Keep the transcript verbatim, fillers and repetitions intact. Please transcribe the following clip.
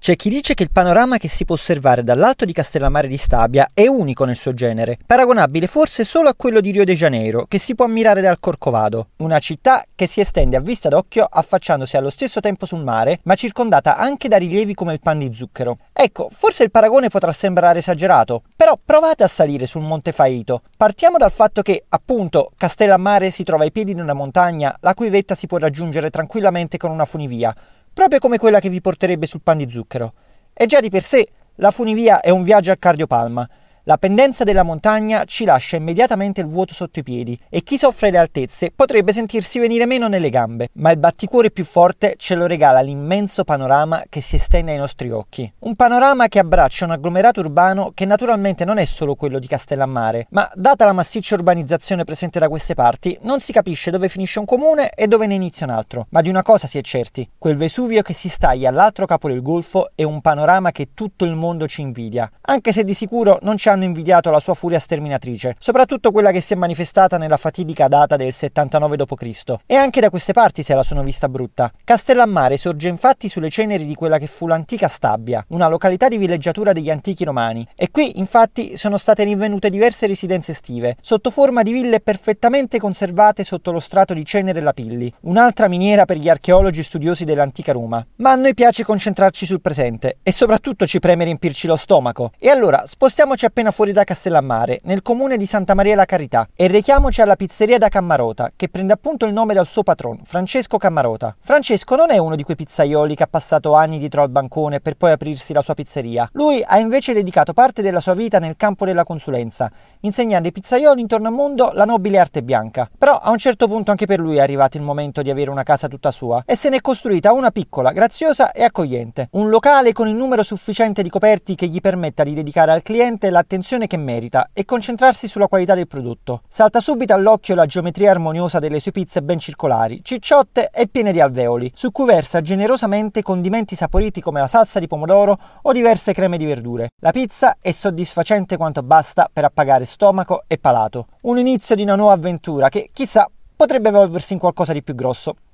C'è chi dice che il panorama che si può osservare dall'alto di Castellammare di Stabia è unico nel suo genere, paragonabile forse solo a quello di Rio de Janeiro, che si può ammirare dal Corcovado, una città che si estende a vista d'occhio affacciandosi allo stesso tempo sul mare, ma circondata anche da rilievi come il Pan di Zucchero. Ecco, forse il paragone potrà sembrare esagerato, però provate a salire sul Monte Faito. Partiamo dal fatto che, appunto, Castellammare si trova ai piedi di una montagna la cui vetta si può raggiungere tranquillamente con una funivia, proprio come quella che vi porterebbe sul Pan di Zucchero. E già di per sé la funivia è un viaggio a cardiopalma. La pendenza della montagna ci lascia immediatamente il vuoto sotto i piedi e chi soffre le altezze potrebbe sentirsi venire meno nelle gambe, ma il batticuore più forte ce lo regala l'immenso panorama che si estende ai nostri occhi. Un panorama che abbraccia un agglomerato urbano che naturalmente non è solo quello di Castellammare, ma data la massiccia urbanizzazione presente da queste parti, non si capisce dove finisce un comune e dove ne inizia un altro. Ma di una cosa si è certi: quel Vesuvio che si staglia all'altro capo del golfo è un panorama che tutto il mondo ci invidia, anche se di sicuro non ci hanno invidiato la sua furia sterminatrice, soprattutto quella che si è manifestata nella fatidica data del settantanove dopo Cristo. E anche da queste parti se la sono vista brutta. Castellammare sorge infatti sulle ceneri di quella che fu l'antica Stabia, una località di villeggiatura degli antichi romani, e qui infatti sono state rinvenute diverse residenze estive, sotto forma di ville perfettamente conservate sotto lo strato di cenere lapilli, un'altra miniera per gli archeologi studiosi dell'antica Roma. Ma a noi piace concentrarci sul presente, e soprattutto ci preme riempirci lo stomaco. E allora spostiamoci appena fuori da Castellammare, nel comune di Santa Maria la Carità, e rechiamoci alla pizzeria da Cammarota, che prende appunto il nome dal suo patron, Francesco Cammarota. Francesco non è uno di quei pizzaioli che ha passato anni dietro al bancone per poi aprirsi la sua pizzeria. Lui ha invece dedicato parte della sua vita nel campo della consulenza, insegnando ai pizzaioli intorno al mondo la nobile arte bianca. Però a un certo punto anche per lui è arrivato il momento di avere una casa tutta sua, e se ne è costruita una piccola, graziosa e accogliente. Un locale con il numero sufficiente di coperti che gli permetta di dedicare al cliente l'attenzione che merita e concentrarsi sulla qualità del prodotto. Salta subito all'occhio la geometria armoniosa delle sue pizze ben circolari, cicciotte e piene di alveoli, su cui versa generosamente condimenti saporiti come la salsa di pomodoro o diverse creme di verdure. La pizza è soddisfacente quanto basta per appagare stomaco e palato. Un inizio di una nuova avventura che, chissà, potrebbe evolversi in qualcosa di più grosso.